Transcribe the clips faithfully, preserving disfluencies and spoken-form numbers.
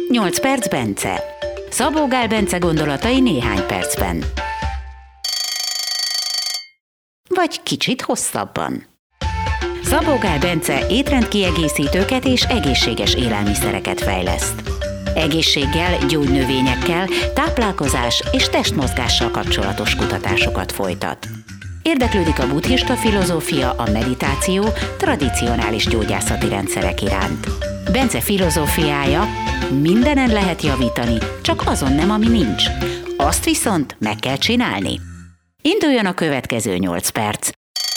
nyolc perc Bence. Szabó Gál Bence gondolatai néhány percben. Vagy kicsit hosszabban. Szabó Gál Bence étrendkiegészítőket és egészséges élelmiszereket fejleszt. Egészséggel, gyógynövényekkel, táplálkozás és testmozgással kapcsolatos kutatásokat folytat. Érdeklődik a buddhista filozófia, a meditáció, tradicionális gyógyászati rendszerek iránt. Bence filozófiája: mindenen lehet javítani, csak azon nem, ami nincs. Azt viszont meg kell csinálni. Induljon a következő nyolc perc.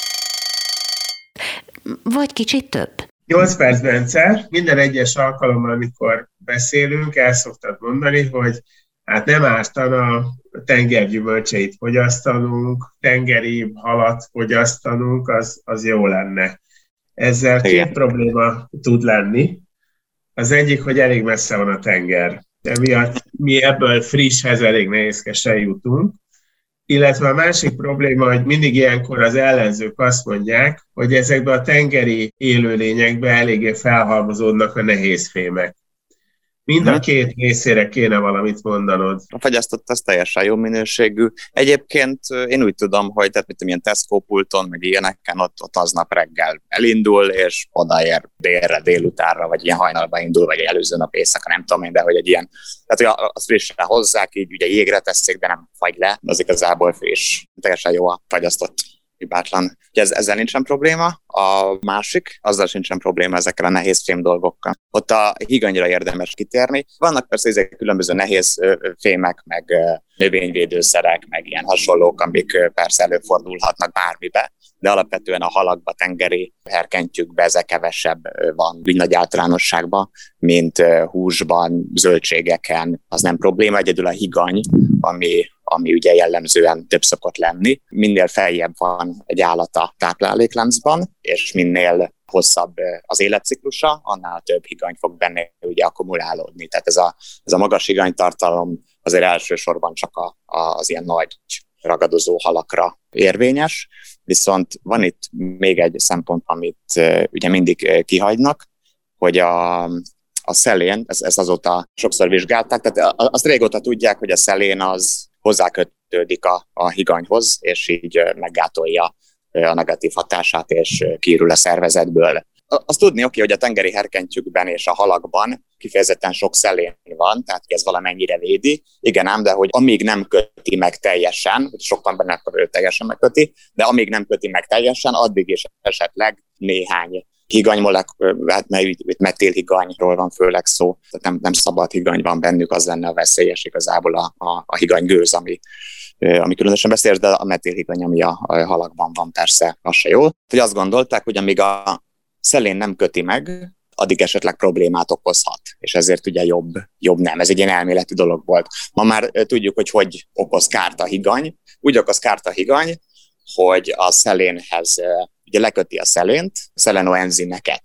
Vagy kicsit több. nyolc perc, Bence. Minden egyes alkalommal, amikor beszélünk, el szoktad mondani, hogy hát nem ártana a tengergyümölcseit fogyasztanunk, tengeri halat fogyasztanunk, az, az jó lenne. Ezzel Igen. két probléma tud lenni. Az egyik, hogy elég messze van a tenger. Emiatt mi ebből frisshez elég nehézkesen jutunk. Illetve a másik probléma, hogy mindig ilyenkor az ellenzők azt mondják, hogy ezekben a tengeri élőlényekben eléggé felhalmozódnak a nehézfémek. Mind a két részére kéne valamit mondanod. A fagyasztott az teljesen jó minőségű. Egyébként én úgy tudom, hogy tehát mit tudom, ilyen Tesco pulton, meg ilyeneken ott, ott aznap reggel elindul, és odaér délre, délutánra, vagy ilyen hajnalba indul, vagy előző nap éjszaka, nem tudom én, de hogy egy ilyen, tehát hogy azt frissen hozzák, így ugye jégre teszik, de nem fagy le, az igazából friss. Teljesen jó a fagyasztott. Hibátlan. Ez, ezzel nincsen probléma. A másik, azzal sincsen probléma ezekkel a nehéz fém dolgokkal. Ott a higanyra érdemes kitérni. Vannak persze ezek különböző nehéz fémek, meg növényvédőszerek, meg ilyen hasonlók, amik persze előfordulhatnak bármibe, de alapvetően a halakba, tengeri herkentyűkbe ezek kevesebb van úgy nagy általánosságban, mint húsban, zöldségeken. Az nem probléma, egyedül a higany, ami ami ugye jellemzően több szokott lenni. Minél feljebb van egy állat a táplálékláncban, és minél hosszabb az életciklusa, annál több higany fog benne ugye akkumulálódni. Tehát ez a, ez a magas higanytartalom azért elsősorban csak a, a, az ilyen nagy ragadozó halakra érvényes, viszont van itt még egy szempont, amit uh, ugye mindig kihagynak, hogy a A szelén, ez, ez azóta sokszor vizsgálták, tehát azt régóta tudják, hogy a szelén az hozzákötődik a, a higanyhoz, és így meggátolja a negatív hatását, és kiürül a szervezetből. Azt tudni, oké, hogy a tengeri herkentyűkben és a halakban kifejezetten sok szelén van, tehát ez valamennyire védi. Igen ám, de hogy amíg nem köti meg teljesen, sok van benne, akkor ő teljesen megköti, de amíg nem köti meg teljesen, addig is esetleg néhány higanymolekul, hát itt metilhiganyról van főleg szó, tehát nem, nem szabad higany van bennük, az lenne a veszélyes igazából a, a, a higanygőz, ami, ami különösen veszélyes, de a metilhigany, ami a, a halakban van, persze, az se jó. Hogy azt gondolták, hogy amíg a szelén nem köti meg, addig esetleg problémát okozhat, és ezért ugye jobb, jobb nem. Ez egy ilyen elméleti dolog volt. Ma már tudjuk, hogy hogy okoz kárt a higany. Úgy okoz kárt a higany, hogy a szelénhez ugye leköti a szelént, szelenoenzimeket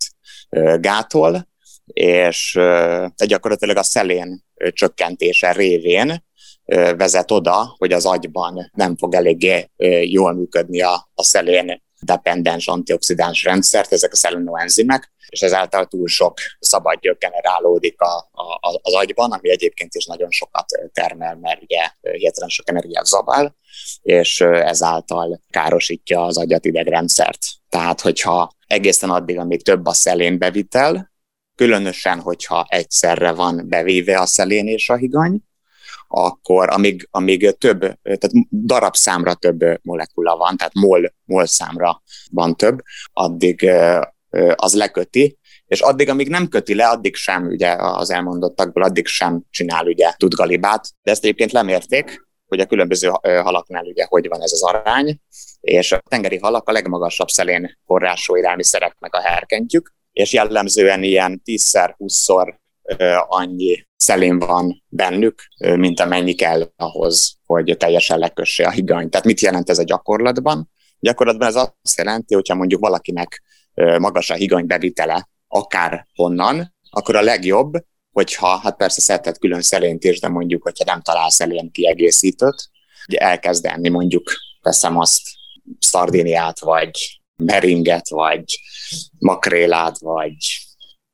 gátol, és gyakorlatilag a szelén csökkentése révén vezet oda, hogy az agyban nem fog eléggé jól működni a, a szelén dependens antioxidáns rendszert, ezek a szelenoenzimek, és ezáltal túl sok szabad gyök generálódik a, a, az agyban, ami egyébként is nagyon sokat termel, mert ugye hirtelen sok energiát zabál, és ezáltal károsítja az agyat idegrendszert. Tehát, hogyha egészen addig, amíg több a szelén bevitel, különösen, hogyha egyszerre van bevéve a szelén és a higany, akkor amíg, amíg több, tehát darabszámra több molekula van, tehát mol, mol számra van több, addig az leköti, és addig, amíg nem köti le, addig sem, ugye az elmondottakból, addig sem csinál ugye tudgalibát, de ezt egyébként lemérték, hogy a különböző halaknál ugye hogy van ez az arány, és a tengeri halak a legmagasabb szelén forrású élelmiszereknek a herkentjük, és jellemzően ilyen tízszer, húszszor annyi szelén van bennük, mint amennyi kell ahhoz, hogy teljesen lekösse a higany. Tehát mit jelent ez a gyakorlatban? Gyakorlatban ez azt jelenti, hogyha mondjuk valakinek magas a higany bevitele akár honnan, akkor a legjobb, hogyha, hát persze szedhet külön szelént is, de mondjuk, hogyha nem talál szelén kiegészítőt, ugye elkezd enni mondjuk, veszem azt, szardiniát, vagy meringet, vagy makrélát, vagy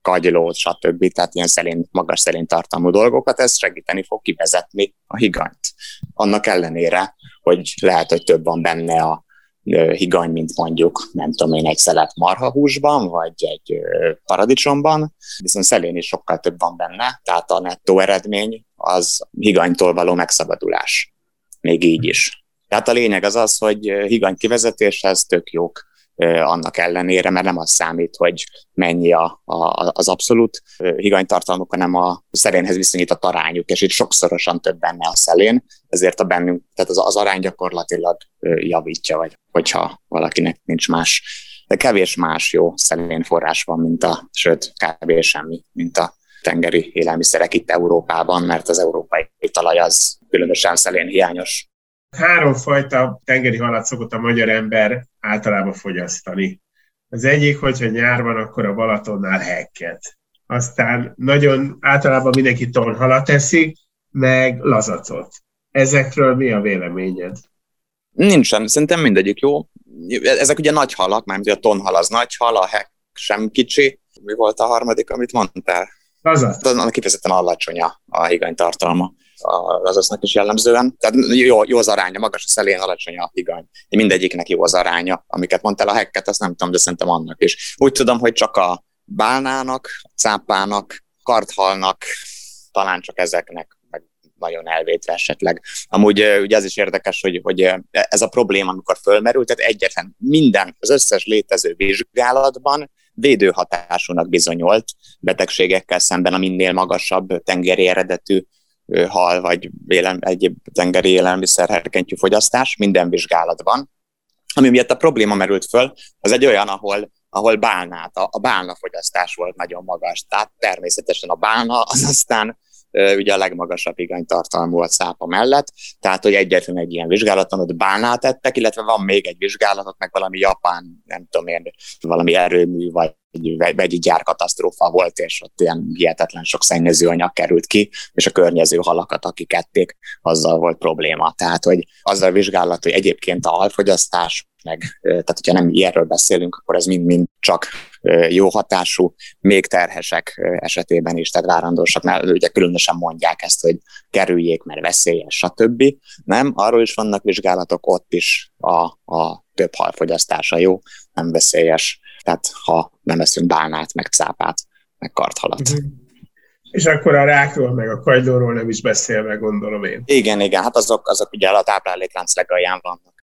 kagylót, stb. Tehát ilyen szelén, magas szeléntartalmú dolgokat, ez segíteni fog kivezetni a higanyt. Annak ellenére, hogy lehet, hogy több van benne a higany, mint mondjuk, nem tudom én, egy szelet marhahúsban, vagy egy paradicsomban, viszont szelén is sokkal több van benne, tehát a nettó eredmény az higanytól való megszabadulás. Még így is. Tehát a lényeg az az, hogy higany kivezetéshez tök jók annak ellenére, mert nem az számít, hogy mennyi a, a, az abszolút higanytartalmuk, hanem a szelénhez viszonyított arányuk, és itt sokszorosan több benne a szelén, ezért a bennünk, tehát az, az arány gyakorlatilag javítja, vagy hogyha valakinek nincs más, de kevés más jó szelénforrás van, mint a, sőt, kb. Semmi, mint a tengeri élelmiszerek itt Európában, mert az európai talaj az különösen szelén hiányos. Három fajta tengeri halat szokott a magyar ember általában fogyasztani. Az egyik, hogyha nyár van, akkor a Balatonnál hekket. Aztán nagyon általában mindenki tonhalat eszik, meg lazacot. Ezekről mi a véleményed? Nincsen, szerintem mindegyik jó. Ezek ugye nagy halak, mert a tonhal az nagy hal, a hekk sem kicsi. Mi volt a harmadik, amit mondtál? Lazac. Annak kifejezetten alacsony a higanytartalma. A lazacnak is jellemzően. Tehát jó, jó az aránya, magas a szelén, alacsony a higany. Mindegyiknek jó az aránya. Amiket mondtál, a hekket, azt nem tudom, de szerintem annak is. Úgy tudom, hogy csak a bálnának, a cápának, karthalnak, talán csak ezeknek, meg nagyon elvétve esetleg. Amúgy ugye ez is érdekes, hogy, hogy ez a probléma, amikor fölmerült, tehát egyetlen minden, az összes létező vizsgálatban védőhatásúnak bizonyult betegségekkel szemben a minél magasabb tengeri eredetű hal vagy élel, egyéb tengeri élelmiszer herkentyű fogyasztás minden vizsgálatban. Ami miatt a probléma merült föl, az egy olyan, ahol, ahol bálnát, a, a bálna fogyasztás volt nagyon magas. Tehát természetesen a bálna az aztán ugye a legmagasabb higanytartalmú a cápa mellett, tehát hogy egyetlen egy ilyen vizsgálaton ott bálnát ettek, illetve van még egy vizsgálatot, meg valami japán, nem tudom én, valami erőmű, vagy egy vegyi gyárkatasztrófa volt, és ott ilyen hihetetlen sok szennyezőanyag került ki, és a környező halakat, akik ették, azzal volt probléma. Tehát, hogy azzal vizsgálat, hogy egyébként a halfogyasztás, meg, tehát hogyha nem ilyenről beszélünk, akkor ez mind-mind csak jó hatású, még terhesek esetében is, tehát várandósaknál ugye különösen mondják ezt, hogy kerüljék, mert veszélyes, stb. Nem, arról is vannak vizsgálatok, ott is a, a több halfogyasztása jó, nem veszélyes. Tehát ha nem eszünk bálnát, meg cápát, meg karthalat. Uh-huh. És akkor a rákról, meg a kagylóról nem is beszélve, gondolom én. Igen, igen, hát azok, azok ugye a tápláléklánc legalján vannak.